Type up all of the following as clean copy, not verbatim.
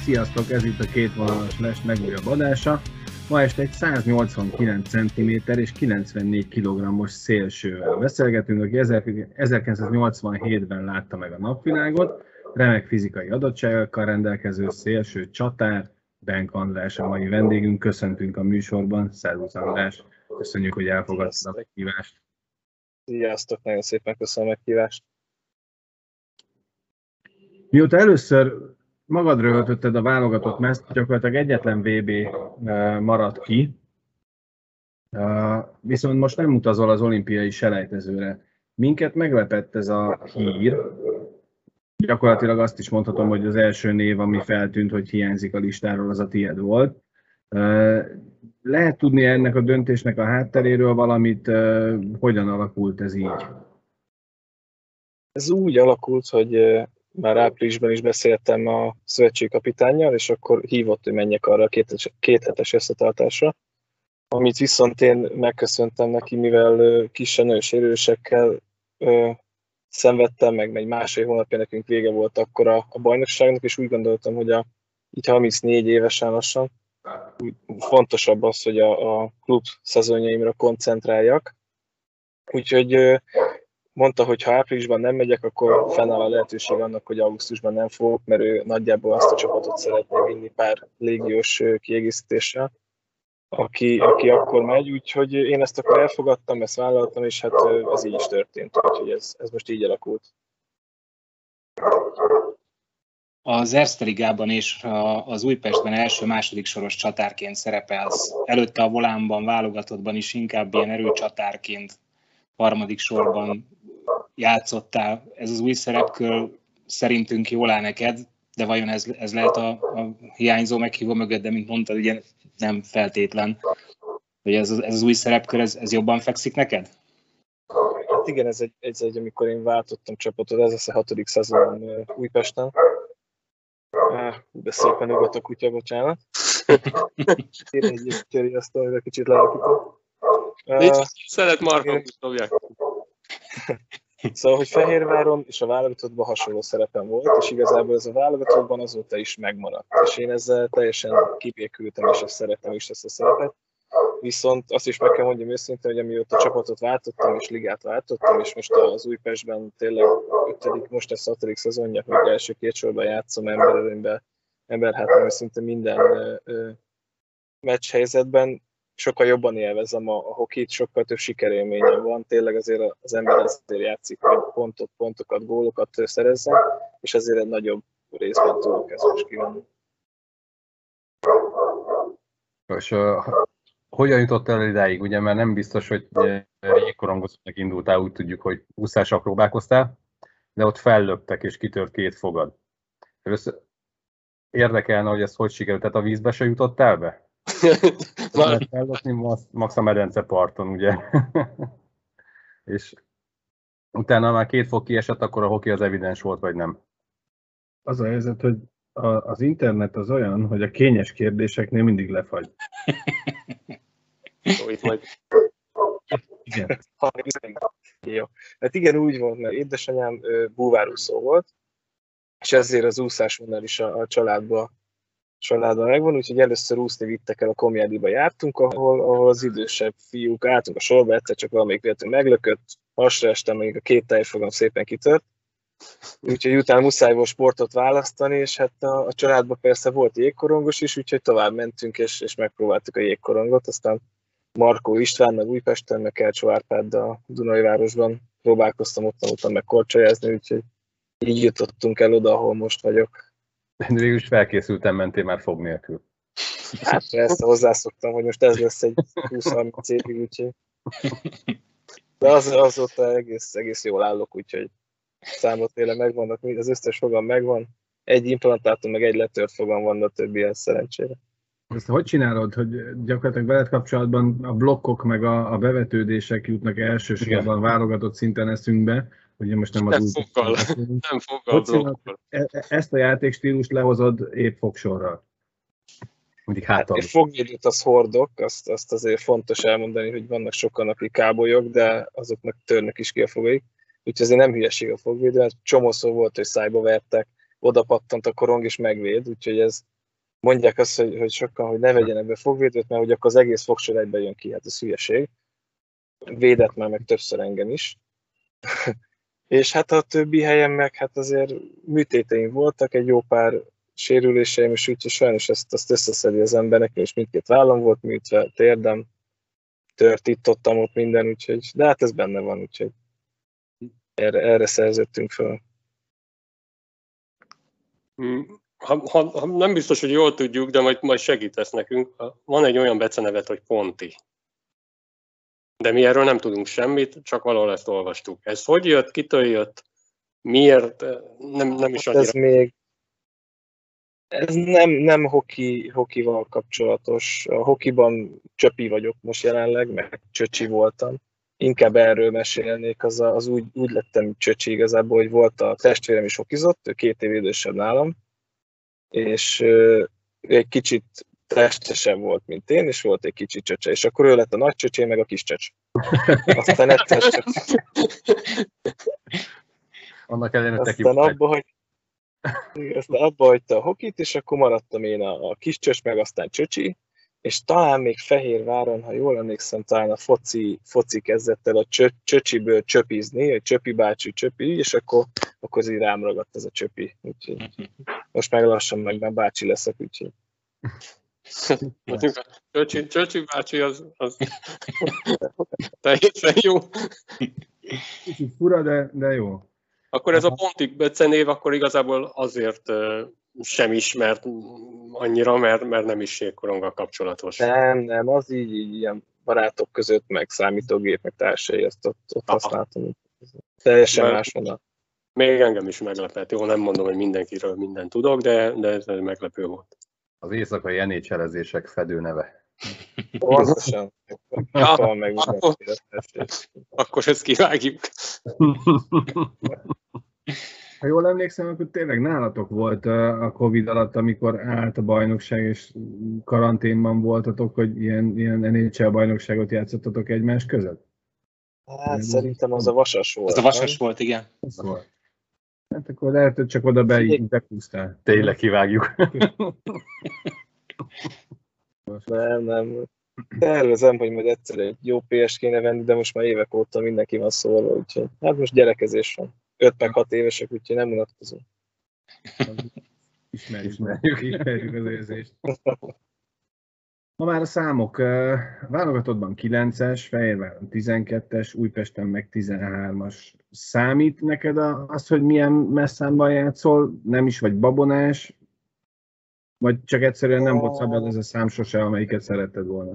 Sziasztok, ez itt a Kétvonalas Lest legújabb adása. Ma este egy 189 cm és 94 kg-os szélsővel beszélgetünk, aki 1987-ben látta meg a napvilágot, remek fizikai adottságokkal rendelkező szélső csatár, Benk András a mai vendégünk. Köszöntünk a műsorban. Szervusz András, köszönjük, hogy elfogadtad a meghívást. Sziasztok, nagyon szépen köszönöm a meghívást. Mióta először magadra öltötted a válogatott mezt, gyakorlatilag egyetlen VB maradt ki, viszont most nem utazol az olimpiai selejtezőre. Minket meglepett ez a hír. Gyakorlatilag azt is mondhatom, hogy az első név, ami feltűnt, hogy hiányzik a listáról, az a tied volt. Lehet tudni ennek a döntésnek a hátteréről valamit, hogyan alakult ez így? Ez úgy alakult, hogy már áprilisban is beszéltem a szövetségkapitánnyal, és akkor hívott, hogy menjek arra a kéthetes összetartásra, amit viszont én megköszöntem neki, mivel kis sérülésekkel szenvedtem, meg egy másfél hónapja nekünk vége volt akkor a bajnokságnak, és úgy gondoltam, hogy így 34 évesen lassan fontosabb az, hogy a klub szezonjaimra koncentráljak. Úgyhogy mondta, hogy ha áprilisban nem megyek, akkor fennáll a lehetőség annak, hogy augusztusban nem fogok, mert ő nagyjából azt a csapatot szeretné vinni pár légiós kiegészítéssel, aki akkor megy, úgyhogy én ezt akkor elfogadtam, ezt vállaltam, és hát ez így is történt, úgyhogy ez most így alakult. Az Erste Ligában és az Újpestben első-második soros csatárként szerepelsz. Előtte a Volánban, válogatottban is inkább ilyen erőcsatárként harmadik sorban játszottál. Ez az új szerepkör szerintünk jól áll neked, de vajon ez lehet a hiányzó meghívó mögött, de mint mondtad, ugye nem feltétlen, hogy ez az új szerepkör, ez jobban fekszik neked? Hát igen, ez egy amikor én váltottam csapatot, ez lesz a 6. szezon Újpesten. De szépen ugat a kutya, bocsánat. Én egy körjasztó, hogy kicsit lealakítom. Nincs, szeret Markon, dobják. Szóval, hogy Fehérváron és a válogatottban hasonló szerepem volt, és igazából ez a válogatottban azóta is megmaradt. És én ezzel teljesen kibékültem, és ezt szeretem is, ezt a szerepet. Viszont azt is meg kell mondjam őszintén, hogy amióta csapatot váltottam, és ligát váltottam, és most az Újpestben tényleg 5., most lesz 6. szezonja, hogy első 2 sorban játszom emberelőnyben, emberhátrányban szinte minden meccs helyzetben, sokkal jobban élvezem a hokit, sokkal több sikerélményem van, tényleg azért az ember azért játszik, hogy pontokat, gólokat szerezzen, és azért egy nagyobb részben tudok ezt most kívánni. És hogyan jutott el idáig? Ugye, mert nem biztos, hogy jégkorongozottnak indultál, úgy tudjuk, hogy úszással próbálkoztál, de ott fellöktek és kitört 2 fogad. Érdekelne, hogy ez hogy sikerült, tehát a vízbe se jutottál be? Lehet fellökni max a medence parton, ugye? És utána már 2 fog kiesett, akkor a hoki az evidens volt, vagy nem? Az a helyzet, hogy az internet az olyan, hogy a kényes kérdéseknél mindig lefagy. Itt majd. Igen. Jó. Hát igen, úgy volt, mert édesanyám búvárúszó volt, és ezért az úszásvonal is a családban megvan, úgyhogy először úszni vittek el, a Komjádiba jártunk, ahol az idősebb fiúk álltunk a sorba, egyszer csak valamelyik véletlenül meglökött, hasra estem, még a 2 tejfogam szépen kitört, úgyhogy utána muszáj volt sportot választani, és hát a családban persze volt jégkorongos is, úgyhogy tovább mentünk, és megpróbáltuk a jégkorongot, aztán Markó Istvánnal Újpesten, meg Kercsó Árpáddal a Dunajvárosban próbálkoztam, ott tanultam meg korcsolyázni, úgyhogy így jutottunk el oda, ahol most vagyok. Végül is felkészültem, mentél már fog nélkül. Hát persze, hozzászoktam, hogy most ez lesz egy 20-30 évig, úgyhogy. De azóta egész jól állok, úgyhogy számot tényleg megvannak, az összes fogam megvan. Egy implantátum, meg egy letört fogam van, a többi ilyen szerencsére. Ezt hogy csinálod, hogy gyakorlatilag veled kapcsolatban a blokkok meg a bevetődések jutnak elsősorban válogatott szinten eszünkbe, ugye most nem az új... Nem foggal blokkol. Ezt a játékstílust lehozod épp fogsorral. Hát egy fogvédőt az hordok, azt azért fontos elmondani, hogy vannak sokan, akik kábolyok, de azoknak törnek is ki a fogaik. Úgyhogy azért nem hülyeség a fogvédő, csomószor volt, hogy szájba vertek, oda pattant a korong és megvéd, úgyhogy ez mondják azt, hogy sokan, hogy ne vegyenek be fogvédőt, mert hogy akkor az egész fogsor egyben jön ki, hát ez hülyeség. Védett már meg többször engem is. És hát a többi helyen meg hát azért műtéteim voltak, egy jó pár sérüléseim is, úgyhogy sajnos azt összeszedi az embernek, és mindkét vállam volt műtve, térdem, tört itt-ott minden, úgyhogy, de hát ez benne van, úgyhogy erre szerződtünk fel. Ha nem biztos, hogy jól tudjuk, de majd segítesz nekünk. Van egy olyan becenevet, hogy Ponti. De mi erről nem tudunk semmit, csak valahol ezt olvastuk. Ez hogy jött, kitől jött, miért? Nem is annyira. Ez nem hokival kapcsolatos. A hokiban csöpi vagyok most jelenleg, meg csöcsi voltam. Inkább erről mesélnék, az úgy lettem csöcsi igazából, hogy volt a testvérem is hokizott, ő 2 év idősebb nálam, és egy kicsit testesebb volt, mint én, és volt egy kicsi csöcse, és akkor ő lett a nagy csöcsé, meg a kis csöcs. Aztán egyszer Annak ellenére aztán abba hagyta a hokit, és akkor maradtam én a kis csöcs, meg aztán csöcsi, és talán még Fehérváron, ha jól emlékszem, talán a foci kezdett el a csöcsiből csöpizni, egy csöpi bácsi csöpi, és akkor így rám ragadt ez a csöpi. Úgyhogy most meg lassan meg bácsi leszek, úgyhogy. Csöcsi bácsi az teljesen jó. Kicsit fura, de jó. Akkor ez a Ponti becenév akkor igazából azért sem ismert annyira, mert nem is jégkoronggal kapcsolatos. Nem, az így ilyen barátok között, meg számítógép, meg társai, ezt ott használtam. Teljesen más vonal. Még engem is meglepett. Jó, nem mondom, hogy mindenkiről mindent tudok, de ez meglepő volt. Az éjszakai NHL-ezések fedőneve. Pontosan. Akkor ezt kivágjuk. Ha jól emlékszem, akkor tényleg nálatok volt a Covid alatt, amikor állt a bajnokság, és karanténban voltatok, hogy ilyen NHL bajnokságot játszottatok egymás között? Hát szerintem az a Vasas volt. Az a Vasas volt, igen. Hát akkor lehet, hogy csak oda bekúztál. Tényleg kivágjuk. Nem. Tervezem, hogy majd egyszer egy jó PS kéne venni, de most már évek óta mindenki van szólva, úgyhogy hát most gyerekezés van. 5-6 évesek, úgyhogy nem unatkozom. Ismerjük az érzést. Ma már a számok. Válogatottban 9-es, Fehérváron 12-es, Újpesten meg 13-as. Számít neked az, hogy milyen messzámban játszol? Nem is vagy babonás? Vagy csak egyszerűen nem volt szabad ez a szám sose, amelyiket szeretted volna?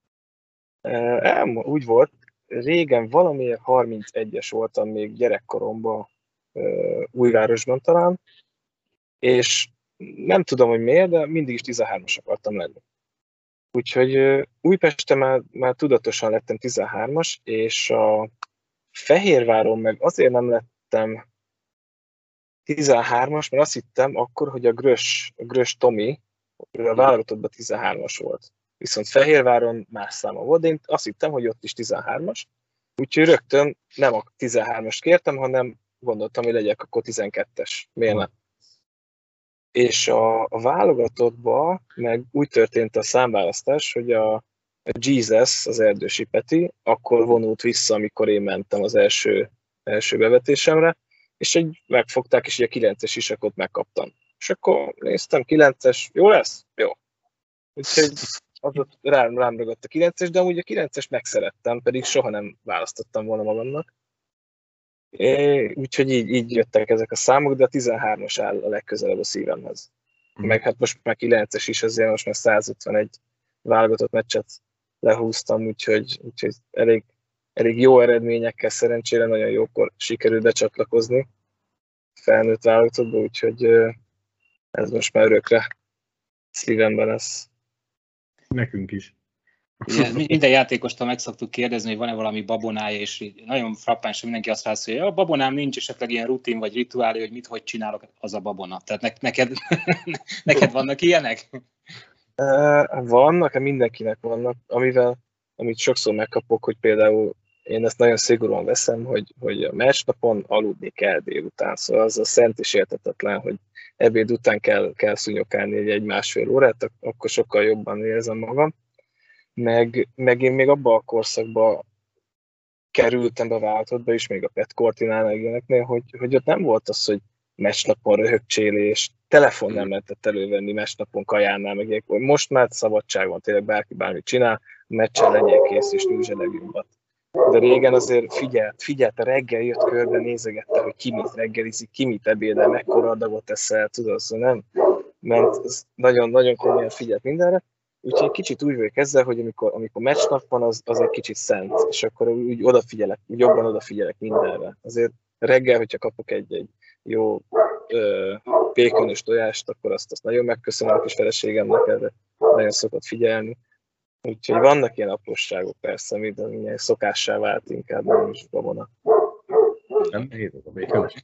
Úgy volt. Régen valamiért 31-es voltam még gyerekkoromban, Újvárosban talán, és nem tudom, hogy miért, de mindig is 13-as akartam lenni. Úgyhogy Újpesten már tudatosan lettem 13-as, és a Fehérváron meg azért nem lettem 13-as, mert azt hittem akkor, hogy a Grös Tomi a válogatottban 13-as volt. Viszont Fehérváron más száma volt, de én azt hittem, hogy ott is 13-as. Úgyhogy rögtön nem a 13-as kértem, hanem gondoltam, hogy legyek akkor 12-es. Miért nem? És a válogatottban meg úgy történt a számválasztás, hogy a Jesus, az Erdősi Peti, akkor vonult vissza, amikor én mentem az első bevetésemre, és megfogták, és egy 9-es isakot megkaptam. És akkor néztem, 9-es, jó lesz? Jó. Úgyhogy az ott rám ragadt a 9-es, de amúgy a 9-es megszerettem, pedig soha nem választottam volna magamnak. Úgyhogy így jöttek ezek a számok, de a 13-as áll a legközelebb a szívemhez. Meg hát most már 9-es is, azért most már 151 válogatott meccset lehúztam, úgyhogy elég jó eredményekkel szerencsére nagyon jókor sikerült becsatlakozni felnőtt válogatottba, úgyhogy ez most már örökre szívemben lesz. Nekünk is. Minden játékostól meg szoktuk kérdezni, hogy van-e valami babonája, és nagyon frappáns, hogy mindenki azt válaszolja, hogy a babonám nincs esetleg ilyen rutin vagy rituálé, hogy hogy csinálok, az a babona. Tehát neked vannak ilyenek? Vannak, mindenkinek vannak, amit sokszor megkapok, hogy például én ezt nagyon szigorúan veszem, hogy a meccsnapon aludni kell délután. Szóval az a szent és értetetlen, hogy ebéd után kell szúnyogálni egy másfél órát, akkor sokkal jobban érzem magam. Meg én még abban a korszakban kerültem be váltottba is, még a Pet Cortinál meg ilyeneknél, hogy ott nem volt az, hogy meccsnapon röhögcsélés, telefon nem lehetett elővenni meccsnapon kajánál, meg ilyenek. Most már szabadság van, tényleg bárki bármit csinál, meccsen legyen kész és nyújtsa legjobbat. De régen azért figyelt, a reggel jött körbe, nézegette, hogy ki mit reggelizik, ki mit ebédel, mekkora adagot eszel, tudod, szóval nem, mert nagyon-nagyon komolyan figyelt mindenre. Úgyhogy kicsit úgy vagyok ezzel, hogy amikor meccsnap van, az egy kicsit szent, és akkor úgy odafigyelek, úgy jobban odafigyelek mindenre. Azért reggel, hogyha kapok egy jó pékönös tojást, akkor azt nagyon megköszönöm a kis feleségemnek, erre nagyon szokott figyelni. Úgyhogy vannak ilyen apróságok persze, amit szokássá vált, inkább nem is babona. Nem nehéz a békönös.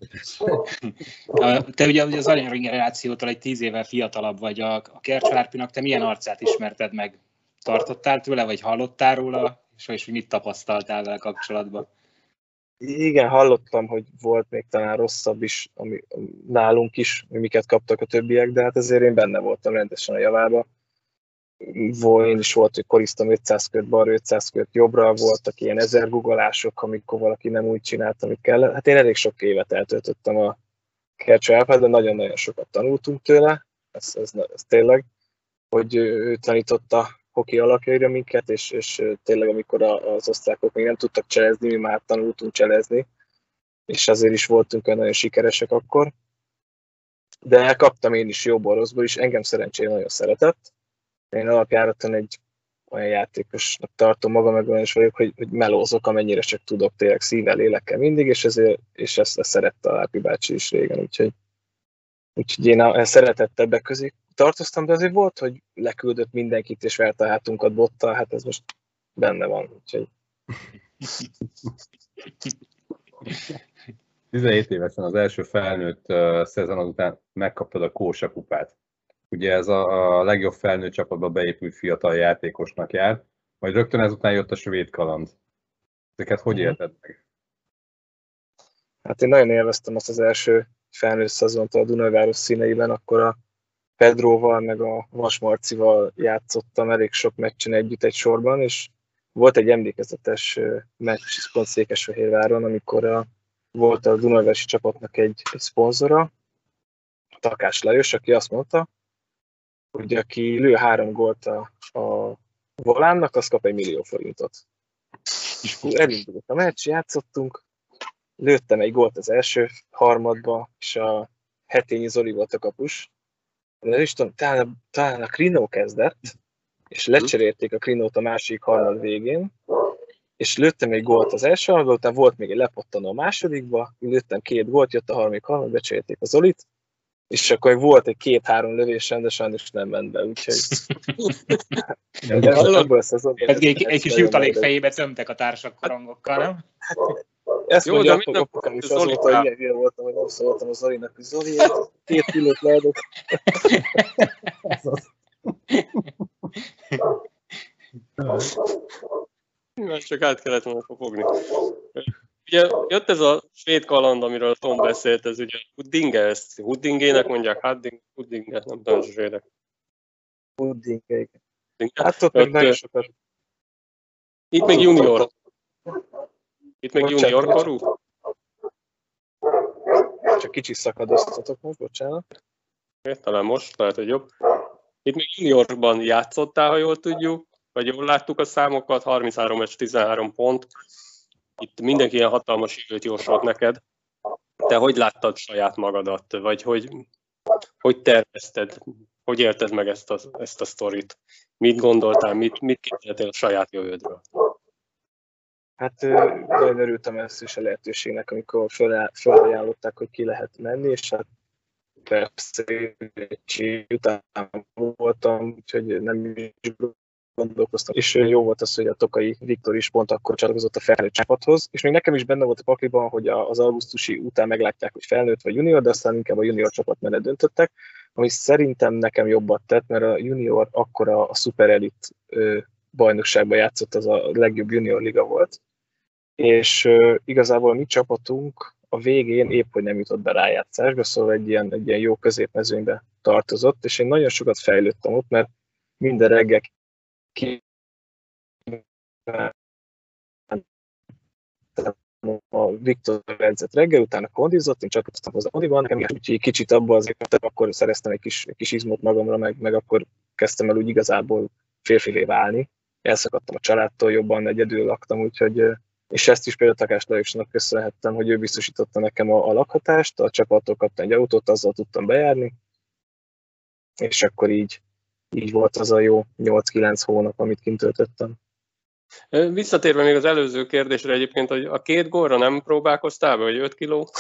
Te ugye az arany generációtól egy 10 évvel fiatalabb vagy, a Kercsó Árpinak te milyen arcát ismerted meg? Tartottál tőle, vagy hallottál róla, és hogy mit tapasztaltál vele kapcsolatban? Igen, hallottam, hogy volt még talán rosszabb is, ami nálunk is, miket kaptak a többiek, de hát azért én benne voltam rendesen a javába. Én is volt, hogy koriztam 500 kört balra, 500 kört jobbra, voltak ilyen 1000 guggolások, amikor valaki nem úgy csinált, amit kellett. Hát én elég sok évet eltöltöttem a Kercsó Árpád, de nagyon-nagyon sokat tanultunk tőle, ez tényleg, hogy ő tanította hoki alapjaira minket, és tényleg amikor az osztrákok még nem tudtak cselezni, mi már tanultunk cselezni, és azért is voltunk nagyon sikeresek akkor. De kaptam én is jóból, rosszból is, engem szerencsére nagyon szeretett. Én alapjáraton egy olyan játékosnak tartom magam, meg olyan is vagyok, hogy melózok, amennyire csak tudok, tényleg szívvel, lélekkel mindig, és ezt szerette a Árpi bácsi is régen, úgyhogy én a szeretettebbek közé tartoztam, de azért volt, hogy leküldött mindenkit, és verte a hátunkat bottal, hát ez most benne van, úgyhogy... 17 évesen az első felnőtt szezon után megkaptad a Kósa kupát. Ugye ez a legjobb felnőtt csapatba beépült fiatal játékosnak jár, majd rögtön ezután jött a svéd kaland. Ezeket hogy élted meg? Hát én nagyon élveztem azt az első felnőtt szezont a Dunajváros színeiben, akkor a Pedróval, meg a Vas Marcival játszottam elég sok meccsen együtt egy sorban, és volt egy emlékezetes meccs pont Székesfehérváron, amikor volt a Dunajvárosi csapatnak egy szponzora, Takás Lajos, aki azt mondta, hogy aki lő 3 gólt a volánnak, az kap 1 millió forintot. És elindult a meccs, játszottunk, lőttem egy gólt az első harmadba, és a Hetényi Zoli volt a kapus. De nem is tudom, talán a Krinó kezdett, és lecserélték a Krinót a másik harmad végén, és lőttem egy gólt az első harmadba, utána volt még egy lepottanó a másodikba, lőttem 2 gólt, jött a harmadik harmad, becserélték a Zolit, és akkor volt egy 2-3 lövésem, de sajnos nem ment be, úgyhogy... Egy kis jutalék fejébe tömtek a társak korongokkal, nem? Ezt jó, mondja, apukám is azóta, hogy ilyen voltam, hogy nem szóltam a Zolinak, hogy Zoli, 2 kilót leadok. Csak át kellett volna fogni. Ugye jött ez a svéd kaland, amiről Tom beszélt, ez ugye Huddinge, ezt Huddingének mondják, Huddinge, nem tudom, svédek. Huddinge. Hát ott meg nagyon sokat. Itt még junior. Itt még junior korú? Csak kicsit szakadoztatok most, bocsánat. Talán most, lehet, hogy jobb. Itt még juniorban játszottál, ha jól tudjuk, vagy jól láttuk a számokat, 33 meccs, 13 pont. Itt mindenki ilyen hatalmas időt jósolt neked. Te hogy láttad saját magadat, vagy hogy tervezted, hogy élted meg ezt a sztorit? Mit gondoltál, mit képzeltél a saját jövődről? Hát nagyon örültem ezt is a lehetőségnek, amikor felajánlották, hogy ki lehet menni, és hát persze után voltam, úgyhogy nem is gondolkoztam. És jó volt az, hogy a Tokai Viktor is pont akkor csatlakozott a felnőtt csapathoz, és még nekem is benne volt a pakliban, hogy az augusztusi után meglátják, hogy felnőtt vagy junior, de aztán inkább a junior csapat mellett döntöttek, ami szerintem nekem jobbat tett, mert a junior akkor a Super Elite bajnokságban játszott, az a legjobb junior liga volt, és igazából a mi csapatunk a végén épp, hogy nem jutott be rájátszásba, szóval egy ilyen jó középmezőnybe tartozott, és én nagyon sokat fejlődtem ott, mert minden reggel a Viktor edzett reggel, utána kondizott, én csatlakoztam hozzá kondiban, nekem úgyhogy kicsit abban azért, akkor szereztem egy kis izmot magamra, meg akkor kezdtem el úgy igazából férfivé válni. Elszakadtam a családtól, jobban egyedül laktam, úgyhogy, és ezt is például Takás Lajosnak köszönhettem, hogy ő biztosította nekem a lakhatást, a csapattól kaptam egy autót, azzal tudtam bejárni, és akkor így volt az a jó 8-9 hónap, amit kint töltöttem. Visszatérve még az előző kérdésre egyébként, hogy a 2 gólra nem próbálkoztál be, vagy 5 kiló?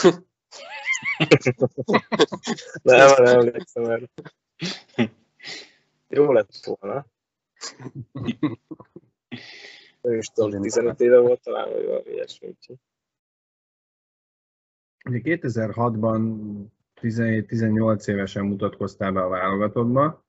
Nem emlékszem erre. Jó lett volna. Nem is tudom, 15 éve volt talán, vagy valami ilyesmi. Ugye 2006-ban 17-18 évesen mutatkoztál be a válogatottba.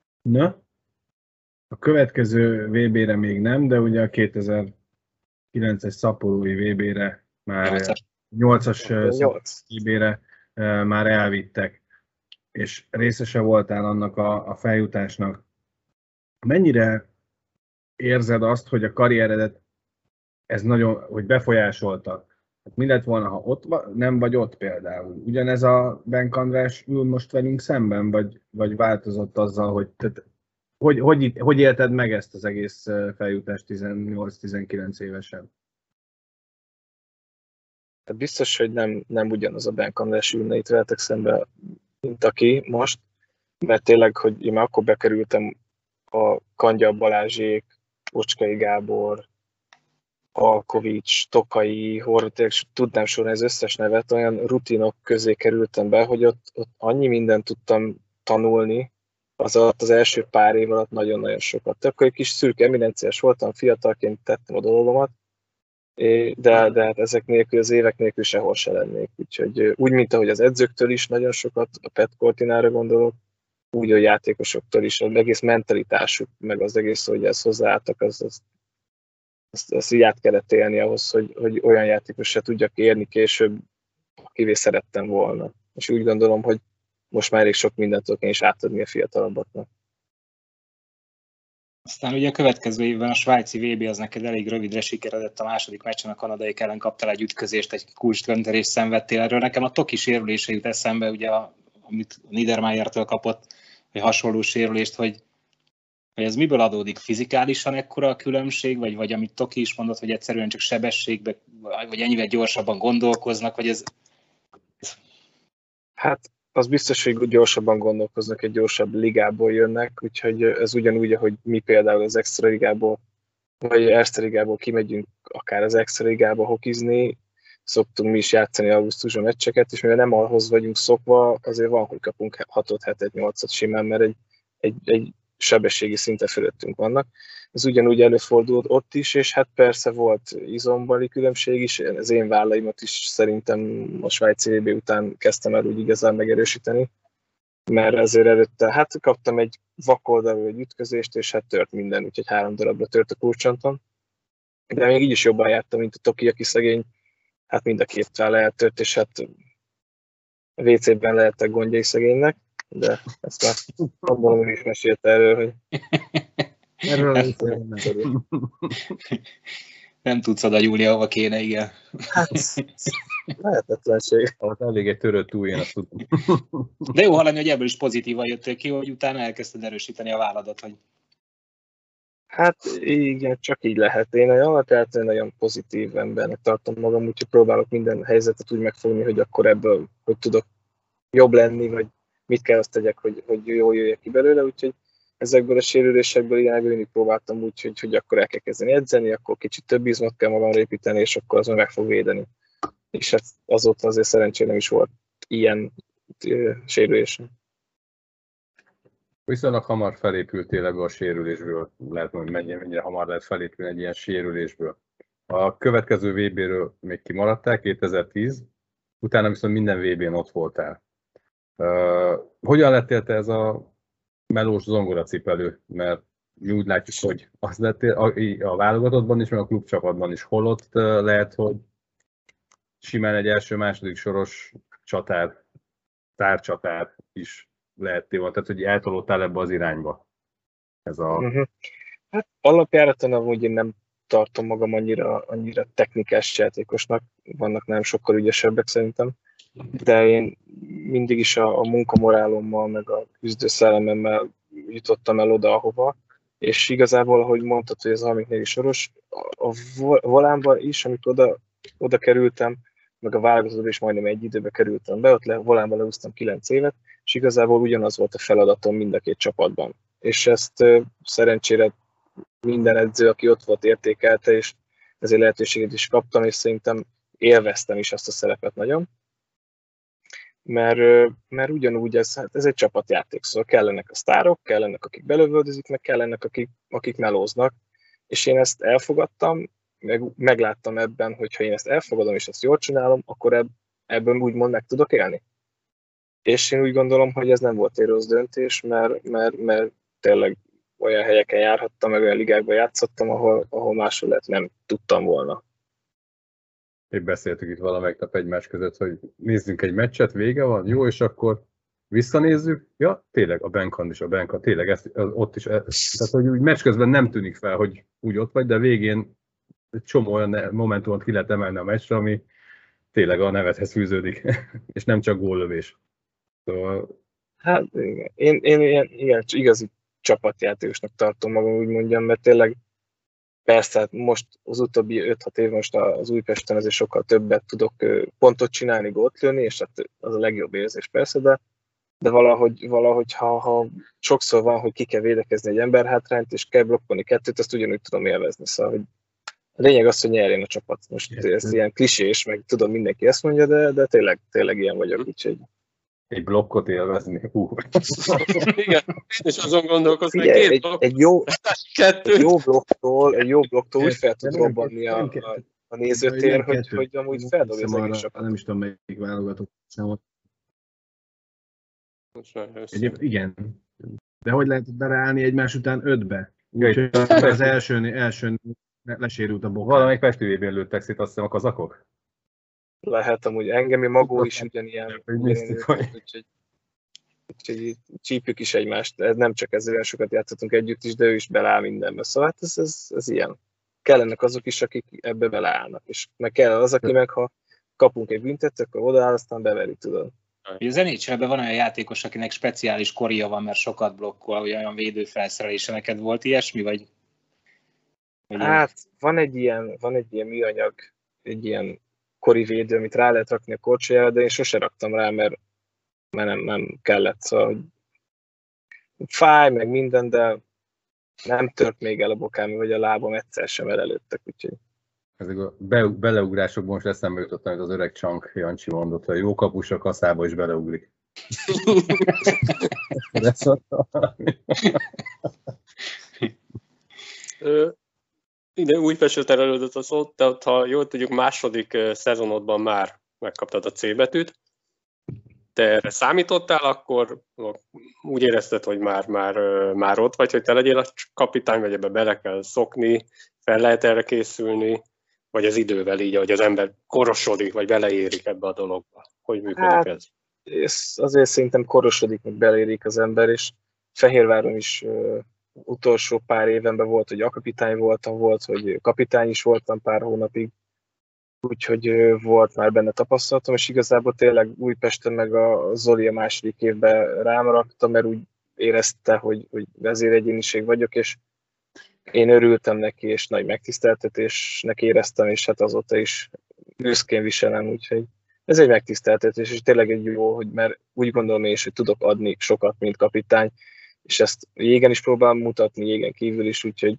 A következő VB-re még nem, de ugye a 2009-es szaporói VB-re már 8-as VB-re már elvittek, és részese voltál annak a feljutásnak. Mennyire érzed azt, hogy a karrieredet ez nagyon, hogy befolyásolta? Mi lett volna, ha ott nem vagy ott például? Ugyanez a Benk András ül most velünk szemben, vagy változott azzal, hogy hogy élted meg ezt az egész feljutást 18-19 évesen? Tehát biztos, hogy nem ugyanaz a Benk András ülne itt veletek szemben, mint aki most, mert tényleg, hogy én már akkor bekerültem a Kangyal Balázsék, Ocskai Gábor, Alkovics, Tokai, Horváth, tudnám sorolni az összes nevet, olyan rutinok közé kerültem be, hogy ott annyi mindent tudtam tanulni, az alatt az első pár év alatt nagyon-nagyon sokat. Akkor egy kis szürke eminenciás voltam, fiatalként tettem a dolgomat, de hát ezek nélkül, az évek nélkül sehol se lennék. Úgyhogy úgy, mint ahogy az edzőktől is nagyon sokat, a Pet Cortinára gondolok, úgy a játékosoktól is, az egész mentalitásuk, meg az egész, hogy ezt hozzáálltak, ezt így át kellett élni ahhoz, hogy olyan játékos se tudjak érni később, akivé szerettem volna. És úgy gondolom, hogy most már elég sok mindent tudok én is átadni a fiatalabbaknak. Aztán ugye a következő évben a svájci VB az neked elég rövidre sikeredett, a második meccsen a kanadaiak ellen kaptál egy ütközést, egy kulcsdöntést szenvedtél erről. Nekem a Toki sérülése jut eszembe, ugye, amit Niedermayertől kapott, vagy hasonló sérülést, hogy ez miből adódik? Fizikálisan ekkora a különbség, vagy amit Toki is mondott, hogy egyszerűen csak sebességbe, vagy ennyivel gyorsabban gondolkoznak, vagy ez... Hát az biztos, hogy gyorsabban gondolkoznak, egy gyorsabb ligából jönnek, úgyhogy ez ugyanúgy, ahogy mi például az extra ligából, vagy Erste ligából kimegyünk akár az extra ligába hokizni, szoktunk mi is játszani augusztusban meccseket, és mivel nem ahhoz vagyunk szokva, azért van, hogy kapunk 6-7, 8-at simán, mert egy sebességi szinte fölöttünk vannak. Ez ugyanúgy előfordult ott is, és hát persze volt izombali különbség is, az én vállaimat is szerintem a svájci VB után kezdtem el úgy igazán megerősíteni, mert azért előtte, hát kaptam egy vakoldalú egy ütközést, és hát tört minden, úgyhogy 3 darabra tört a kulcsontom. De még így is jobban jártam, mint a Toki, aki szegény, hát mind a 2 váll eltört, és hát a WC-ben lehettek gondjai szegénynek, de ezt már gondolom, ő is mesélte erről, hogy... Nem tudsz oda Júlia, hova kéne, igen. Hát, lehetetlenség. Hát elég egy törött új, én azt tudom. De jó hallani, hogy ebből is pozitívan jöttél ki, hogy utána elkezdted erősíteni a válladat, hogy... Hát igen, csak így lehet. Én alapvetően nagyon pozitív embernek tartom magam, úgyhogy próbálok minden helyzetet úgy megfogni, hogy akkor ebből hogy tudok jobb lenni, vagy mit kell azt tegyek, hogy jól jöjjek ki belőle, úgyhogy ezekből a sérülésekből ilyenek mindig próbáltam úgy, hogy akkor el kell kezdeni edzeni, akkor kicsit több izmot kell magamra építeni, és akkor az meg fog védeni. És hát azóta azért szerencsére nem is volt ilyen sérülésem. Viszonylag hamar felépültél ebből a sérülésből, lehet mondani, mennyire hamar lehet felépülni egy ilyen sérülésből. A következő VB-ről még kimaradtál, 2010, utána viszont minden VB-n ott voltál. Hogyan lettél te ez a melós zongoracipelő? Mert mi úgy látjuk, hogy az lett a válogatottban is, meg a klubcsapatban is. Holott lehet, hogy simán egy első-második soros csatár, tárcsatár is lehetté volna. Tehát, hogy eltolódtál ebbe az irányba. Ez a... Hát alapjáraton amúgy én nem tartom magam annyira technikás játékosnak, vannak nem sokkal ügyesebbek szerintem, de én mindig is a munkamorálommal, meg a küzdőszellememmel jutottam el oda, ahova, és igazából, ahogy mondtad, hogy ez a 34 soros, a volánban is, amikor oda kerültem, meg a válogatottban is majdnem egy időbe kerültem be, ott volánban leúztam 9 évet, és igazából ugyanaz volt a feladatom mind a két csapatban. És ezt szerencsére minden edző, aki ott volt, értékelte, és ezért lehetőséget is kaptam, és szerintem élveztem is azt a szerepet nagyon. Mert ugyanúgy ez egy csapatjáték, szóval kellenek a sztárok, kellenek akik belövöldözik, meg kellenek akik melóznak, és én ezt elfogadtam, megláttam ebben, hogy ha én ezt elfogadom és ezt jól csinálom, akkor ebből úgymond meg tudok élni. És én úgy gondolom, hogy ez nem volt egy rossz döntés, mert tényleg olyan helyeken járhattam, meg olyan ligákban játszottam, ahol máshol lehet nem tudtam volna. Épp beszéltük itt valamelyik nap egymás között, hogy nézzünk egy meccset, vége van, jó, és akkor visszanézzük, ja, tényleg a Benkan is, tényleg ott is, tehát hogy úgy meccs közben nem tűnik fel, hogy úgy ott vagy, de végén egy csomó olyan momentumot ki lehet emelni a meccsre, ami tényleg a nevedhez fűződik, és nem csak góllövés. Szóval... Hát én ilyen igazi csapatjátékosnak tartom magam, úgy mondjam, mert tényleg persze, hát most az utóbbi 5-6 év most az Újpesten azért sokkal többet tudok pontot csinálni, gólt lőni, és hát az a legjobb érzés persze, de valahogy ha sokszor van, hogy ki kell védekezni egy emberhátrányt, és kell blokkolni kettőt, azt ugyanúgy tudom élvezni. Szóval hogy a lényeg az, hogy nyerjen a csapat. Most ez ilyen klisés, meg tudom, mindenki ezt mondja, de tényleg ilyen vagyok. Úgyhogy... Egy blokkot élvezni. Igen, és azon gondolkozom, hogy két blokk. Egy jó blokktól úgy fel tud robbanni a nézőtér, hogy amúgy feldobja az egész sokat. Nem is tudom, melyik válogatott számot. Igen. De hogy lehet beleállni egymás után 5-be? Úgyhogy az elsőn lesérült a bokán. Valamelyik Pesti VB-n lőttek szét, azt hiszem a kazakok? Lehet amúgy engemi Magó is ugyanilyen. Úgyhogy csípjük is egymást. Ez nem csak ezzel sokat játszottunk együtt is, de ő is beleáll mindenbe. Szóval hát ez ilyen. Kellenek azok is, akik ebbe beleállnak. És meg kell az, aki meg, ha kapunk egy büntetőt, akkor odaáll, aztán beveri, tudod. Az NHL-ben van olyan játékos, akinek speciális korja van, mert sokat blokkol, olyan védőfelszerelése. Neked volt ilyesmi, vagy? Hát van egy ilyen műanyag, egy ilyen kori védő, amit rá lehet rakni a korcsolyára, de én sose raktam rá, mert nem kellett. Szóval, hogy fáj, meg minden, de nem tört még el a bokám, vagy a lábam egyszer sem előttek, úgyhogy... Ezek a beleugrásokban most eszembe jutott, amit az öreg Csank Jancsi mondott, hogy jó kapus a kaszába is beleugrik. Ide Újpestre terelődött a szót, tehát ha jól tudjuk, második szezonodban már megkaptad a C betűt. Te erre számítottál, akkor úgy érezted, hogy már ott vagy, hogy te legyél a kapitány, vagy ebbe bele kell szokni, fel lehet erre készülni, vagy az idővel így, hogy az ember korosodik, vagy beleérik ebbe a dologba? Hogy működik ez? Azért szerintem korosodik, meg beleérik az ember, és Fehérváron is utolsó pár évenben volt, hogy akapitány voltam, volt, hogy kapitány is voltam pár hónapig, úgyhogy volt már benne tapasztalatom, és igazából tényleg Újpesten meg a Zoli a második évben rám rakta, mert úgy érezte, hogy vezéregyéniség vagyok, és én örültem neki, és nagy megtiszteltetésnek éreztem, és hát azóta is büszkén viselem, úgyhogy ez egy megtiszteltetés, és tényleg egy jó, hogy mert úgy gondolom én is, hogy tudok adni sokat, mint kapitány, és ezt jégen is próbálom mutatni, jégen kívül is, úgyhogy...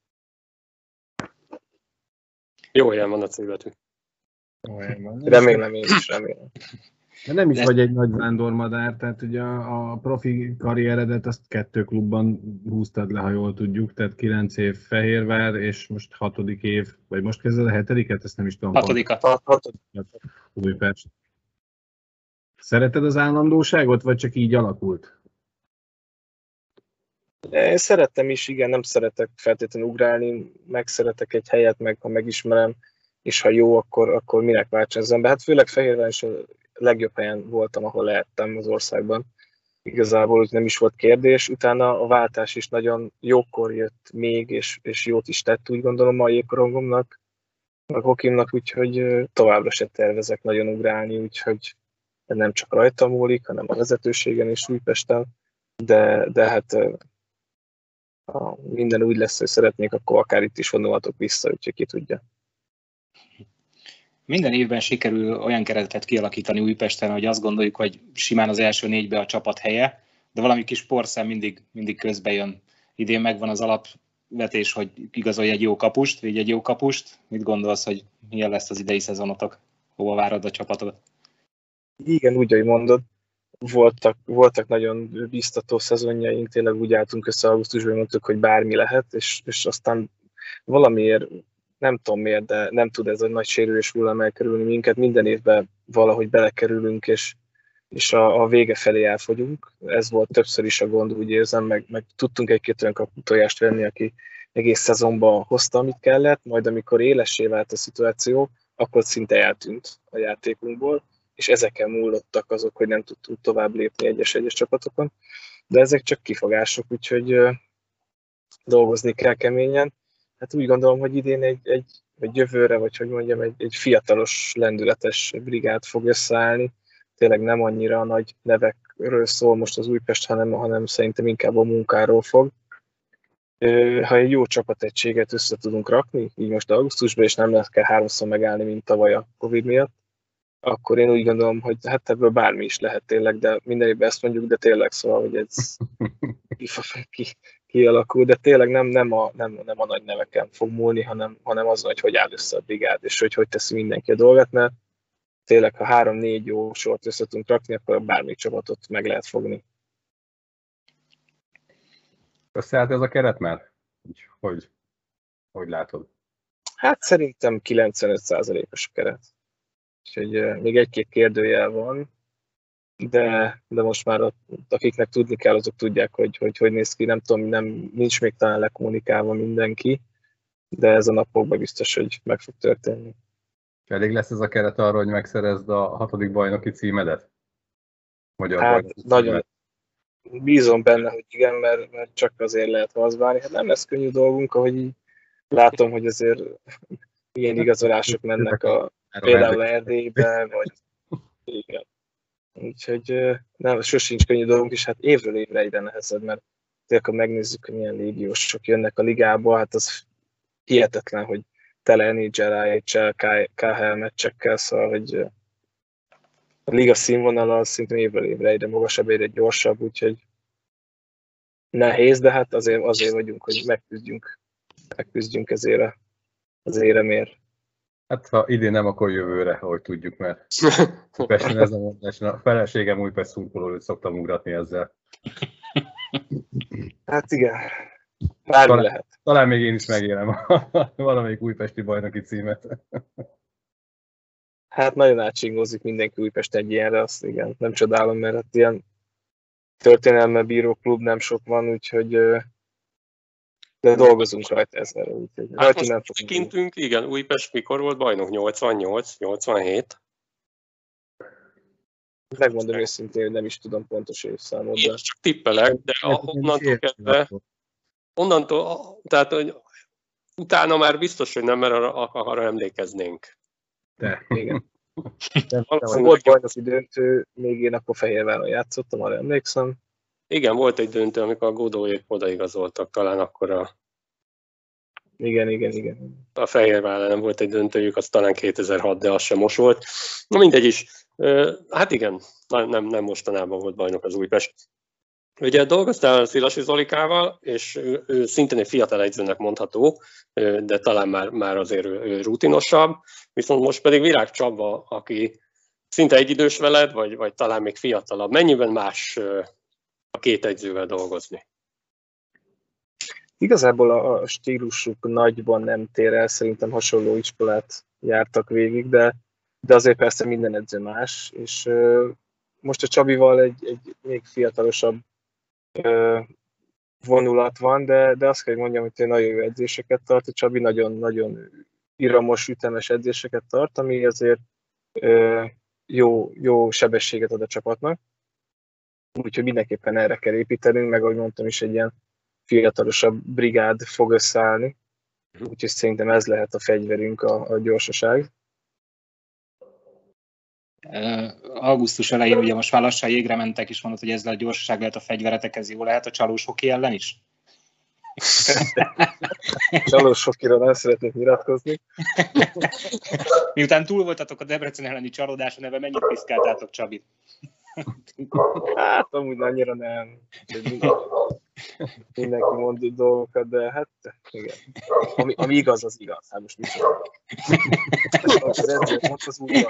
Jó helyen van a C-betű. Remélem, én is remélem. De nem is vagy egy nagy vándormadár, tehát ugye a profi karrieredet azt 2 klubban húztad le, ha jól tudjuk, tehát 9 év Fehérvár, és most 6. év, vagy most kezded a 7-et, ezt nem is tudom. 6. Újpest. Szereted az állandóságot, vagy csak így alakult? Én szerettem is, igen, nem szeretek feltétlenül ugrálni, megszeretek egy helyet, meg ha megismerem, és ha jó, akkor minek váltson az ember. Hát főleg Fehérváron is a legjobb helyen voltam, ahol lehettem az országban. Igazából nem is volt kérdés. Utána a váltás is nagyon jókor jött még, és jót is tett, úgy gondolom, a jégkorongomnak, a hokimnak, úgyhogy továbbra se tervezek nagyon ugrálni, úgyhogy nem csak rajtam múlik, hanem a vezetőségen és Újpesten, de hát ha minden úgy lesz, hogy szeretnék, akkor akár itt is vonulhatok vissza, úgyhogy ki tudja. Minden évben sikerül olyan keretet kialakítani Újpesten, hogy azt gondoljuk, hogy simán az első 4-be a csapat helye, de valami kis porszám mindig közbe jön. Idén megvan az alapvetés, hogy igazolj egy jó kapust, vigy egy jó kapust. Mit gondolsz, hogy milyen lesz az idei szezonotok? Hova várod a csapatot? Igen, úgy, ahogy mondod, voltak nagyon biztató szezonjaink, tényleg úgy álltunk össze augusztusban, mondtuk, hogy bármi lehet, és aztán valamiért, nem tudom miért, de nem tud ez a nagy sérülés hullám elkerülni minket, minden évben valahogy belekerülünk, és a vége felé elfogyunk. Ez volt többször is a gond, úgy érzem, meg tudtunk egy-két olyan kaputojást venni, aki egész szezonban hozta, amit kellett, majd amikor élessé vált a szituáció, akkor szinte eltűnt a játékunkból, és ezeken múlottak azok, hogy nem tudtunk tovább lépni egyes csapatokon. De ezek csak kifogások, úgyhogy dolgozni kell keményen. Hát úgy gondolom, hogy idén vagy jövőre, vagy hogy mondjam, egy fiatalos, lendületes brigád fog összeállni. Tényleg nem annyira nagy nevekről szól most az Újpest, hanem szerintem inkább a munkáról fog. Ha egy jó csapategységet össze tudunk rakni, így most augusztusban, és nem lesz kell 3-szor megállni, mint tavaly a Covid miatt, akkor én úgy gondolom, hogy hát ebből bármi is lehet tényleg, de minden évben ezt mondjuk, de tényleg szóval, hogy ez kialakul, de tényleg nem a nagy neveken fog múlni, hanem azon, hogy áll össze a brigád, és hogy teszi mindenki a dolgot, mert tényleg, ha 3-4 jó sort össze tudunk rakni, akkor bármelyik csapatot meg lehet fogni. Összeállt ez a keret már? Hogy látod? Hát szerintem 95%-os a keret. Úgyhogy még egy-két kérdőjel van, de most már akiknek tudni kell, azok tudják, hogy néz ki. Nem tudom, nincs még talán lekommunikálva mindenki, de ez a napokban biztos, hogy meg fog történni. Elég lesz ez a keret arra, hogy megszerezd a 6. bajnoki címedet? Magyar hát bajnoki nagyon címet. bízom benne, hogy igen, mert csak azért lehet hazvárni. Hát nem lesz könnyű dolgunk, ahogy így látom, hogy azért ilyen igazolások mennek például Erdélybe, vagy igen. Úgyhogy sosincs könnyű dolgunk, és hát évről évre egyre nehezebb, mert tényleg, ha megnézzük, hogy milyen légiósok jönnek a ligába, hát az hihetetlen, hogy tele NHL, IHL, KHL meccsekkel, szóval, hogy a liga színvonala szintén évről évre egyre magasabb, egyre gyorsabb, úgyhogy nehéz, de hát azért vagyunk, hogy megküzdjünk ezért az éremért. Hát ha idén nem, akkor jövőre, ahogy tudjuk, mert Újpesten ez a mondás, a feleségem Újpest szurkolót szoktam ugratni ezzel. Hát igen, bármi lehet. Talán még én is megélem valamelyik újpesti bajnoki címet. Hát nagyon átcsingózik mindenki Újpest egy ilyenre, azt igen, nem csodálom, mert hát ilyen történelme bíró klub nem sok van, úgyhogy de dolgozunk rajta ezzel. Hát most kintünk, igen, Újpest mikor volt bajnok? 88, 87? Megmondom őszintén, hogy nem is tudom pontos évszámot. Én csak tippelek, de onnantól, tehát hogy utána már biztos, hogy nem, mert arra emlékeznénk. De. Igen. Volt bajnoki döntő, még én akkor Fehérváron játszottam, arra emlékszem. Igen, volt egy döntő, amikor a Godóék odaigazoltak, talán akkor a... Igen. A Fehérváron nem volt egy döntőjük, az talán 2006, de az sem most volt. Na mindegy is. Hát igen, nem mostanában volt bajnok az Újpest. Ugye dolgoztál Szilasi Zolikával, és ő szintén egy fiatal edzőnek mondható, de talán már azért ő rutinosabb, viszont most pedig Virág Csaba, aki szinte egyidős veled, vagy talán még fiatalabb. Mennyiben más a két edzővel dolgozni? Igazából a stílusuk nagyban nem tér el, szerintem hasonló iskolát jártak végig, de azért persze minden edző más, és most a Csabival egy még fiatalosabb vonulat van, de azt kell, hogy mondjam, hogy nagyon jó edzéseket tart, a Csabi nagyon-nagyon iramos, ütemes edzéseket tart, ami azért jó sebességet ad a csapatnak. Úgyhogy mindenképpen erre kell építenünk, meg ahogy mondtam is, egy ilyen fiatalosabb brigád fog összeállni. Úgyhogy szerintem ez lehet a fegyverünk, a gyorsaság. Augusztus elején ugye most már lassan jégre mentek, és mondod, hogy ezzel a gyorsaság lehet a fegyveretek, ez jó lehet a csalós hoki ellen is? Csalós hokiról nem szeretnék nyilatkozni. Miután túl voltatok a Debrecen elleni csalódáson, ebben mennyit piszkáltátok Csabit? Hát amúgy annyira nem. Mindenki mond dolgokat, de hát igen. Ami igaz, az igaz. Hát most mit tudom. Az edzőt most az úgy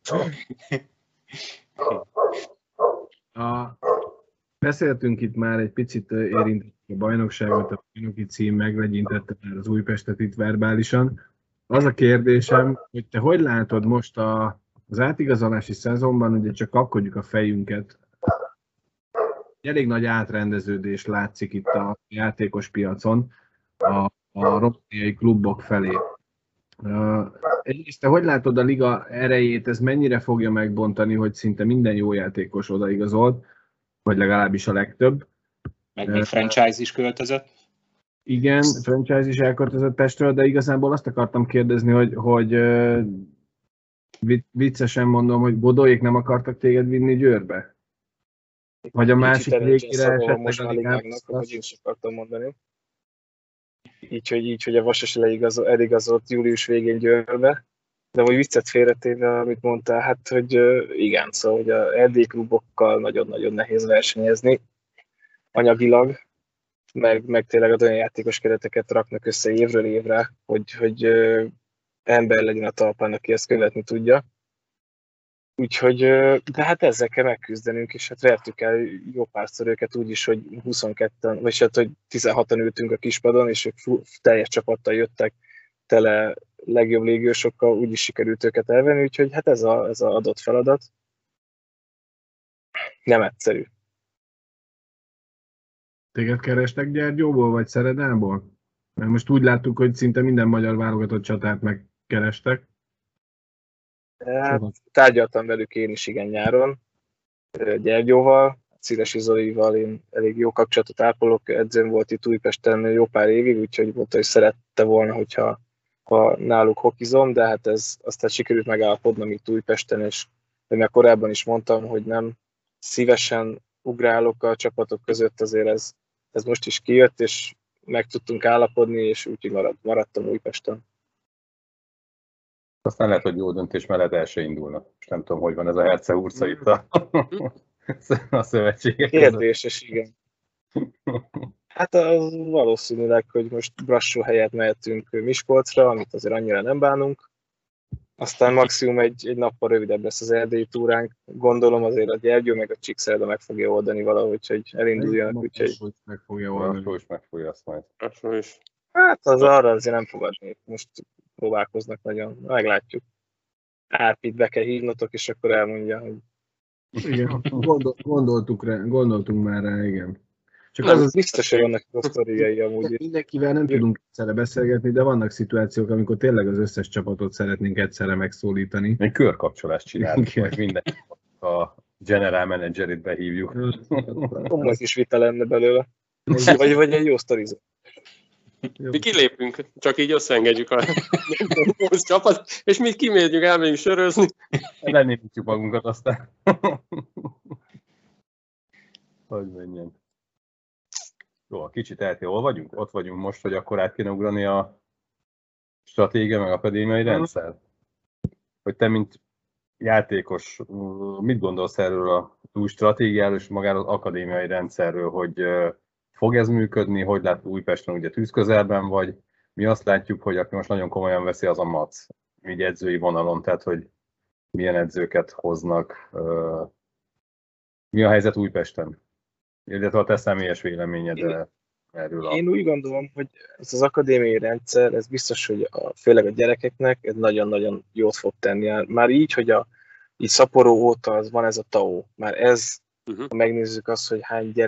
Beszéltünk itt már egy picit, érintettük a bajnokságot, a bajnoki cím meglegyintette már az Újpestet itt verbálisan. Az a kérdésem, hogy te hogy látod most az átigazolási szezonban, ugye csak kapkodjuk a fejünket, elég nagy átrendeződés látszik itt a játékos piacon a romániai klubok felé. Egyrészt te hogy látod a liga erejét, ez mennyire fogja megbontani, hogy szinte minden jó játékos odaigazolt, vagy legalábbis a legtöbb. Meg még franchise is költözött. Igen, franchise is elköltözött Pestről, de igazából azt akartam kérdezni, hogy viccesen mondom, hogy Godolyék nem akartak téged vinni Győrbe? Vagy a másik végére esetleg most a ligáknak, hogy én is akartam mondani. Így, hogy a Vasas eligazolt július végén Győrbe. De hogy viccet félretéve, amit mondtál, hát, hogy igen, szóval, hogy a erdélyi klubokkal nagyon-nagyon nehéz versenyezni anyagilag, meg tényleg az olyan játékos kereteket raknak össze évről évre, hogy ember legyen a talpán, aki ezt követni tudja. Úgyhogy, de hát ezzel kell megküzdenünk, és hát vertük el jó párszor őket úgy is, hogy 22-en, vagy hát, hogy 16-an ültünk a kispadon, és ők teljes csapattal jöttek tele legjobb légiósokkal, úgy is sikerült őket elvenni, úgyhogy hát ez az adott feladat. Nem egyszerű. Téged kerestek Gyergyóból, vagy Szeredából? Mert most úgy láttuk, hogy szinte minden magyar válogatott csatát megkerestek. Hát, tárgyaltam velük én is igen nyáron, Gyergyóval, Szilesi Zolival én elég jó kapcsolatot ápolok, edzőm volt itt Újpesten jó pár évig, úgyhogy mondta, hogy szerette volna, hogyha náluk hokizom, de hát aztán sikerült megállapodnom itt Újpesten, és már korábban is mondtam, hogy nem szívesen ugrálok a csapatok között, azért ez most is kijött, és meg tudtunk állapodni, és úgyhogy maradtam Újpesten. Aztán lehet, hogy jó döntés mellett el se indulnak. És nem tudom, hogy van ez a herce-hurca itt a szövetségek. Kérdéses, igen. Hát az valószínűleg, hogy most Brassó helyett mehetünk Miskolcra, amit azért annyira nem bánunk. Aztán maximum egy nappal rövidebb lesz az erdélyi túránk. Gondolom azért a Gyergyó meg a Csíkszereda meg fogja oldani valahogy, hogy elinduljanak. Úgyhogy... meg fogja oldani. Brassó is megfogja azt majd. Hát az arra azért nem fogadni. Most próbálkoznak nagyon. Meglátjuk. Árpit be kell hívnotok, és akkor elmondja, hogy... Igen, gondoltunk már rá, igen. Csak az biztos, hogy vannak a sztoriai amúgy. Mindenkivel nem tudunk egyszerre beszélgetni, de vannak szituációk, amikor tényleg az összes csapatot szeretnénk egyszerre megszólítani. Egy körkapcsolást csinálunk, majd minden a general managerit behívjuk. Komoly kis vita lenne belőle. Vagy egy jó sztorizó. Mi kilépünk, csak így összeengedjük a csapat, és mi kimegyünk, elmegyünk sörözni. Lenémítjük magunkat aztán. Hogy menjen. Jó, kicsit hol vagyunk? Ott vagyunk most, hogy akkor át kéne ugrani a stratégia, meg akadémiai rendszer. Hogy te, mint játékos, mit gondolsz erről a új stratégiáról és magáról az akadémiai rendszerről, hogy fog ez működni, hogy lát Újpesten, ugye tűzközelben vagy, mi azt látjuk, hogy aki most nagyon komolyan veszi, az a Mac, így edzői vonalon, tehát hogy milyen edzőket hoznak, mi a helyzet Újpesten, illetve a te személyes véleményed erről. Én úgy gondolom, hogy ez az akadémiai rendszer, ez biztos, hogy főleg a gyerekeknek ez nagyon-nagyon jót fog tenni. Már így, hogy így szaporó óta van ez a TAO, már ez, ha megnézzük azt, hogy hány gyerek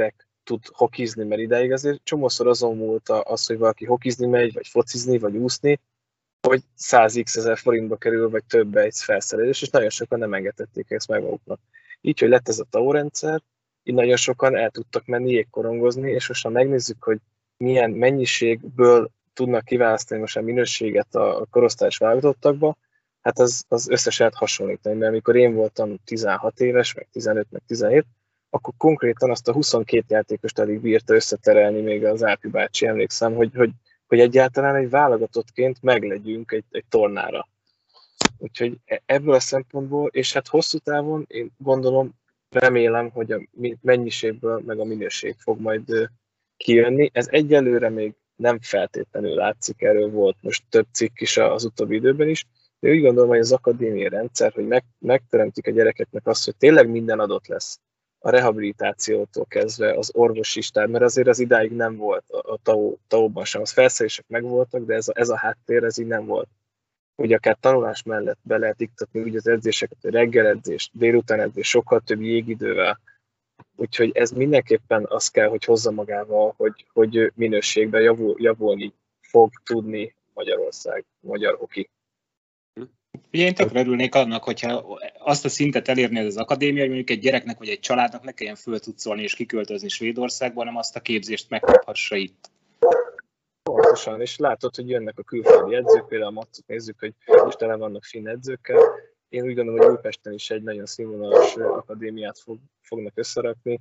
tud hokizni, mert ideig azért csomószor azon múlt az, hogy valaki hokizni megy, vagy focizni, vagy úszni, hogy 100x ezer forintba kerül, vagy többe egy felszerelés, és nagyon sokan nem engedhették ezt meg maguknak. Így, hogy lett ez a TAO rendszer, így nagyon sokan el tudtak menni jégkorongozni, és most ha megnézzük, hogy milyen mennyiségből tudnak kiválasztani most a minőséget a korosztályos válogatottakba, hát az összes lehet hasonlítani, mert amikor én voltam 16 éves, meg 15, meg 17, akkor konkrétan azt a 22 játékost elég bírta összeterelni még az Árpi bácsi, emlékszem, hogy egyáltalán egy válogatottként meglegyünk egy tornára. Úgyhogy ebből a szempontból, és hát hosszú távon én gondolom, remélem, hogy a mennyiségből meg a minőség fog majd kijönni. Ez egyelőre még nem feltétlenül látszik, erről volt most több cikk is az utóbbi időben is, de úgy gondolom, hogy az akadémiai rendszer, hogy megteremtik a gyerekeknek azt, hogy tényleg minden adott lesz, a rehabilitációtól kezdve az orvosi stáb, mert azért az idáig nem volt a TAO-ban sem. Az felszerelések megvoltak, de ez a háttér, ez így nem volt. Ugye akár tanulás mellett be lehet iktatni úgy az edzéseket, hogy reggeledzés, délután edzés, sokkal több jégidővel. Úgyhogy ez mindenképpen azt kell, hogy hozza magával, hogy minőségben javulni fog tudni Magyarország, magyar hoki. Ugye én tökre örülnék annak, hogyha azt a szintet elérni az akadémia, hogy mondjuk egy gyereknek vagy egy családnak ne kelljen fölcucolni és kiköltözni Svédországba, hanem azt a képzést megkaphassa itt. Pontosan, és látod, hogy jönnek a külföldi edzők, például a Macot nézzük, hogy most tele vannak finn edzőkkel. Én úgy gondolom, hogy Újpesten is egy nagyon színvonalas akadémiát fognak összerakni.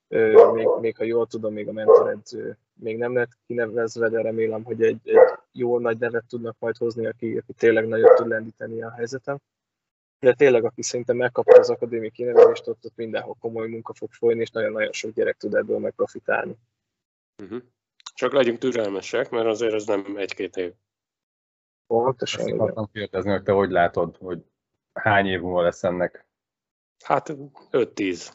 Még ha jól tudom, még a mentoredző még nem lett kinevezve, de remélem, hogy egy jó nagy nevet tudnak majd hozni, aki tényleg nagyot tud lendíteni a helyzetem. De tényleg, aki szerintem megkapta az akadémiai kinevezést, ott mindenhol komoly munka fog folyni, és nagyon-nagyon sok gyerek tud ebből megprofitálni. Csak legyünk türelmesek, mert azért ez nem 1-2 év. Pontosan. Ezt akartam kérdezni, hogy te hogy látod, hogy hány év múlva lesz ennek? Hát 5-10.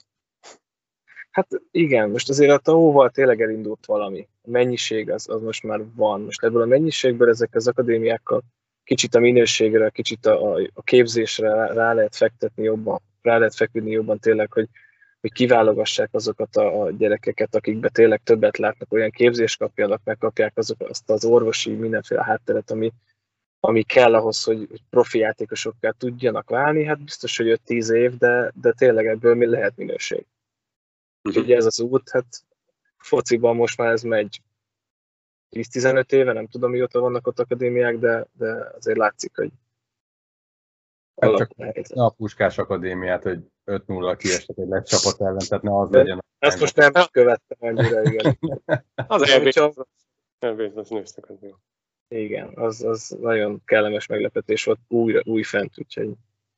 Hát igen, most azért a TAO-val tényleg elindult valami. A mennyiség az most már van. Most ebből a mennyiségből ezek az akadémiákkal kicsit a minőségre, kicsit a képzésre rá lehet fektetni jobban, rá lehet feküdni jobban tényleg, hogy kiválogassák azokat a gyerekeket, akikbe tényleg többet látnak, olyan képzést kapjanak, megkapják azt az orvosi mindenféle hátteret, ami kell ahhoz, hogy profi játékosokká tudjanak válni. Hát biztos, hogy 5-10 év, de tényleg ebből mi lehet minőség. Úgyhogy ez az út, hát fociban most már ez megy 10-15 éve, nem tudom, mióta vannak ott akadémiák, de azért látszik, hogy hát csak ne a Puskás akadémiát, hogy 5-0 kiestek egy lett csapat ellen, tehát ne az legyen. Ezt most nem követtem annyira, igen. Az elvétlenül néztek az jó. Igen, az nagyon kellemes meglepetés volt, új fent, úgyhogy...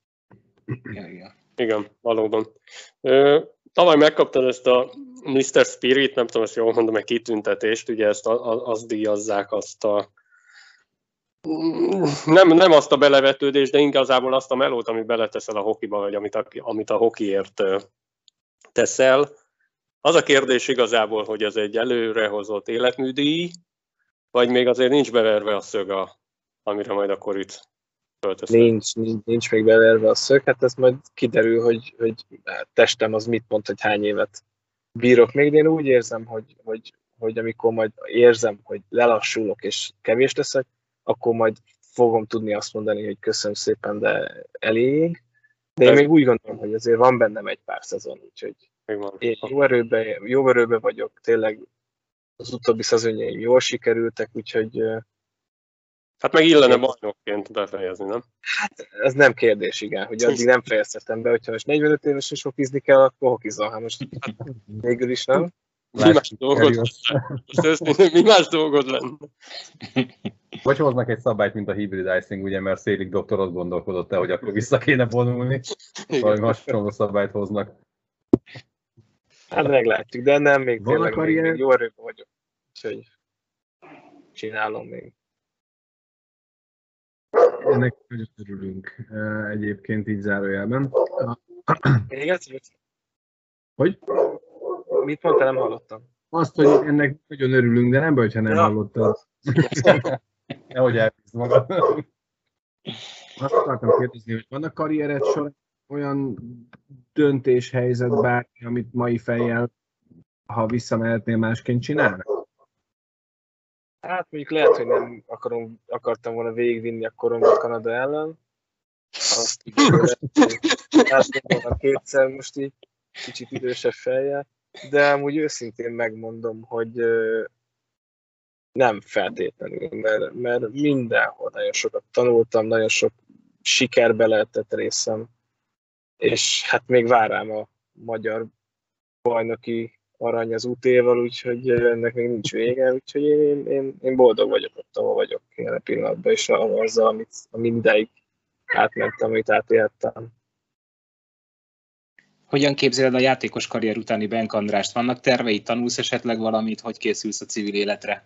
Igen, valóban. Tavaly megkaptad ezt a Mr. Spirit, nem tudom, ezt jól mondom, egy kitüntetést, ugye ezt azt díjazzák, azt a nem azt a belevetődést, de igazából azt a melót, amit beleteszel a hokiba, vagy amit a hokiért teszel. Az a kérdés igazából, hogy ez egy előrehozott életműdíj, vagy még azért nincs beverve a szög, amire majd akkor itt fölteszed? Nincs még beverve a szög, hát ez majd kiderül, hogy testem az mit mond, hogy hány évet bírok még, de én úgy érzem, hogy amikor majd érzem, hogy lelassulok és kevés leszek, akkor majd fogom tudni azt mondani, hogy köszönöm szépen, de elég. De én még úgy gondolom, hogy azért van bennem egy pár szezon, úgyhogy én jó erőben vagyok, tényleg az utóbbi szezonjaim jól sikerültek, úgyhogy... Hát meg illene bajnokként befejezni, nem? Hát ez nem kérdés, igen, hogy addig nem fejezhetem be, hogyha most 45 éves is hokizni kell, akkor hokizom, hát most végül is nem. Mi más dolgod lenne? Vagy hoznak egy szabályt, mint a hybrid icing, ugye, mert Szélig doktor ott gondolkodott el, hogy akkor vissza kéne vonulni. Valami hasonló szabályt hoznak. Hát meglátjuk, de nem, még tényleg még jó erőben vagyok. Úgyhogy csinálom még. Ennek nagyon örülünk egyébként így zárójelben. Még egyszer? Hogy? Mit mondtál, nem hallottam? Azt, hogy ennek nagyon örülünk, de nem baj, ha nem hallottad. Nehogy elbízd magad. Azt akartam kérdezni, hogy van a karriered során olyan döntéshelyzet bármi, amit mai fejjel ha visszamehetnél, másként csinálni? Hát mondjuk lehet, hogy nem akartam volna végigvinni a korongot Kanada ellen. Azt átgondoltam kétszer most így, kicsit idősebb fejjel, de amúgy őszintén megmondom, hogy nem feltétlenül, mert mindenhol nagyon sokat tanultam, nagyon sok sikerbe lehetett részem, és hát még vár rám a magyar bajnoki arany az UT-val, úgyhogy ennek még nincs vége, úgyhogy én boldog vagyok ott, ahol vagyok jelen pillanatban, és azzal, amit mindáig átmentem, amit átéltem. Hogyan képzeled a játékos karrier utáni Benk Andrást? Vannak tervei? Tanulsz esetleg valamit? Hogy készülsz a civil életre?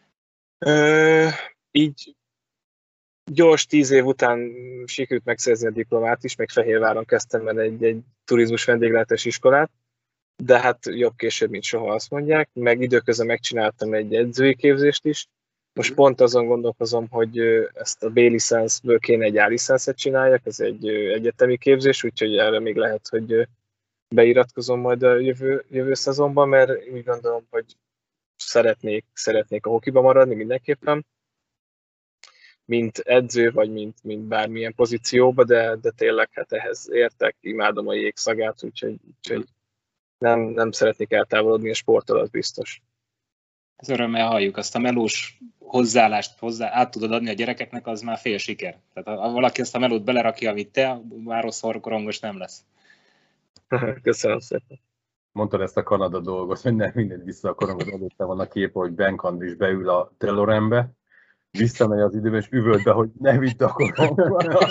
Így gyors 10 év után sikerült megszerzni a diplomát is, meg Fehérváron kezdtem el egy turizmus vendéglátás iskolát, de hát jobb később, mint soha, azt mondják. Meg időközben megcsináltam egy edzői képzést is. Most pont azon gondolkozom, hogy ezt a B-licenszből kéne egy A-licenszet csináljak, ez egy egyetemi képzés, úgyhogy erre még lehet, hogy beiratkozom majd a jövő szezonban, mert úgy gondolom, hogy szeretnék a hokiba maradni mindenképpen, mint edző, vagy mint bármilyen pozícióba, de tényleg hát ehhez értek, imádom a jégszagát, úgyhogy nem szeretnék eltávolodni a sporttól, az biztos. Ez örömmel halljuk, azt a melós hozzáállást át tudod adni a gyerekeknek, az már fél siker. Tehát ha valaki ezt a melót belerakja, amit te, már rossz korongos nem lesz. Köszönöm szépen. Mondtad ezt a Kanada dolgot, hogy nem mindegy vissza a korongot, előtte van a kép, hogy Benk Andris beül a Telorembe, visszamegy az időben, és üvölt be, hogy ne vidd a korongot.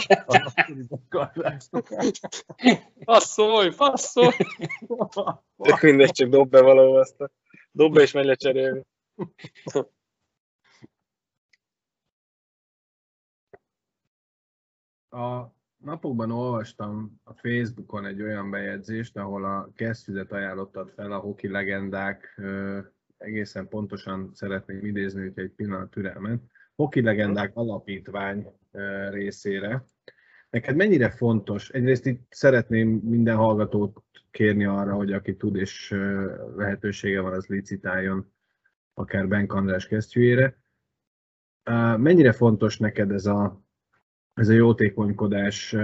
Passzolj! Tök mindegy, csak dob be valahol azt. Dob be és menj lecserélni. A napokban olvastam a Facebookon egy olyan bejegyzést, ahol a Kesztyüzet ajánlottad fel, a hoki legendák, egészen pontosan szeretném idézni, hogy egy pillanat türelmet, Hoki Legendák Alapítvány részére. Neked mennyire fontos? Egyrészt itt szeretném minden hallgatót kérni arra, hogy aki tud és lehetősége van, az licitáljon akár Benk András kesztyűjére. Mennyire fontos neked ez a jótékonykodás?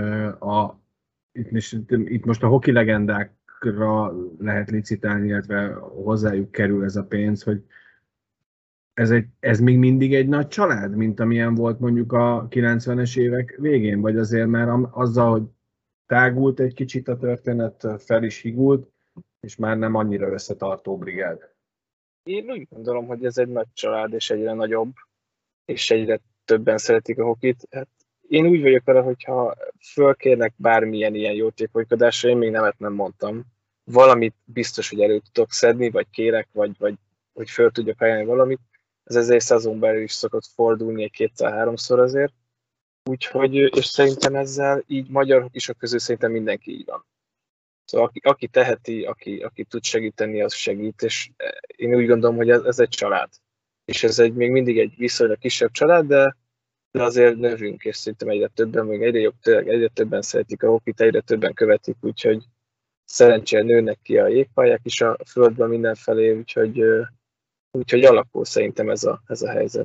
Itt most a hoki legendákra lehet licitálni, illetve hozzájuk kerül ez a pénz, hogy ez még mindig egy nagy család, mint amilyen volt mondjuk a 90-es évek végén, vagy azért már azzal, hogy tágult egy kicsit a történet, fel is higult, és már nem annyira összetartó brigád? Én úgy gondolom, hogy ez egy nagy család, és egyre nagyobb, és egyre többen szeretik a hokit. Hát én úgy vagyok vele, hogyha fölkérnek bármilyen ilyen jótékonykodásra, én még nem mondtam. Valamit biztos, hogy elő tudok szedni, vagy kérek, vagy hogy föl tudjak ajánlani valamit. Ez ezért szezon belül is szokott fordulni egy 2-3-szor azért. Úgyhogy, és szerintem ezzel így magyar hokisok közül szerintem mindenki így van. Szóval aki teheti, aki tud segíteni, az segít, és én úgy gondolom, hogy ez egy család. És ez még mindig egy viszonylag kisebb család, de azért növünk, és szerintem egyre többen, még egyre többen szeretik a hokit, egyre többen követik, úgyhogy szerencsére nőnek ki a jégpályák is a földben mindenfelé, úgyhogy alakul szerintem ez a helyzet.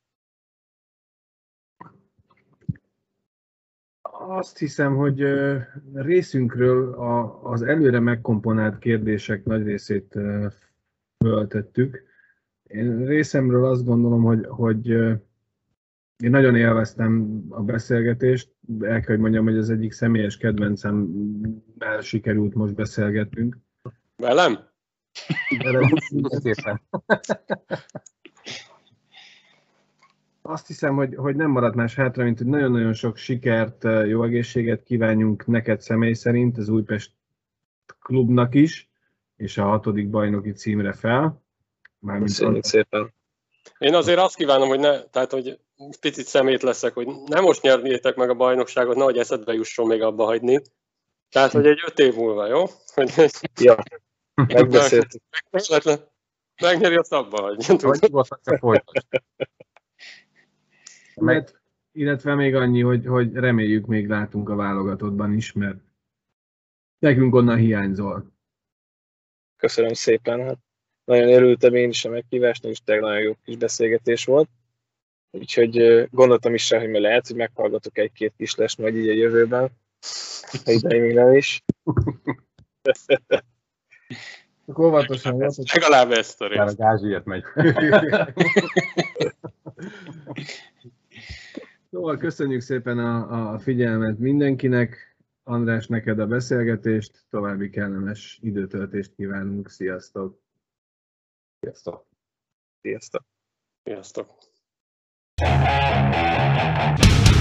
Azt hiszem, hogy részünkről az előre megkomponált kérdések nagy részét föltettük. Én részemről azt gondolom, hogy én nagyon élveztem a beszélgetést. El kell, hogy mondjam, hogy az egyik személyes kedvencemmel sikerült most beszélgetnünk. Velem? Szépen. Azt hiszem, hogy nem maradt más hátra, mint hogy nagyon-nagyon sok sikert, jó egészséget kívánjunk neked személy szerint, az Újpest klubnak is, és a 6. bajnoki címre fel. Köszönjük szépen. Én azért azt kívánom, hogy picit szemét leszek, hogy nem most nyernétek meg a bajnokságot, nehogy eszedbe jusson még abba hagyni. Tehát, hogy egy 5 év múlva, jó? Ja, megbeszéltük. Megnyeri, azt abba hagyni. Illetve még annyi, hogy reméljük még látunk a válogatottban is, mert nekünk onnan hiányzol. Köszönöm szépen. Hát nagyon örültem én is a meghívásnak, és tényleg nagyon jó kis beszélgetés volt. Úgyhogy gondoltam is rá, hogy lehet, hogy meghallgatok egy-két kis lesz majd így a jövőben. Ha idei még nem is. Akkor óvatosan volt. Legalább ezt a Már a részt. gázsiért megy. Szóval köszönjük szépen a figyelmet mindenkinek. András, neked a beszélgetést, további kellemes időtöltést kívánunk. Sziasztok! Sziasztok! Sziasztok! Sziasztok.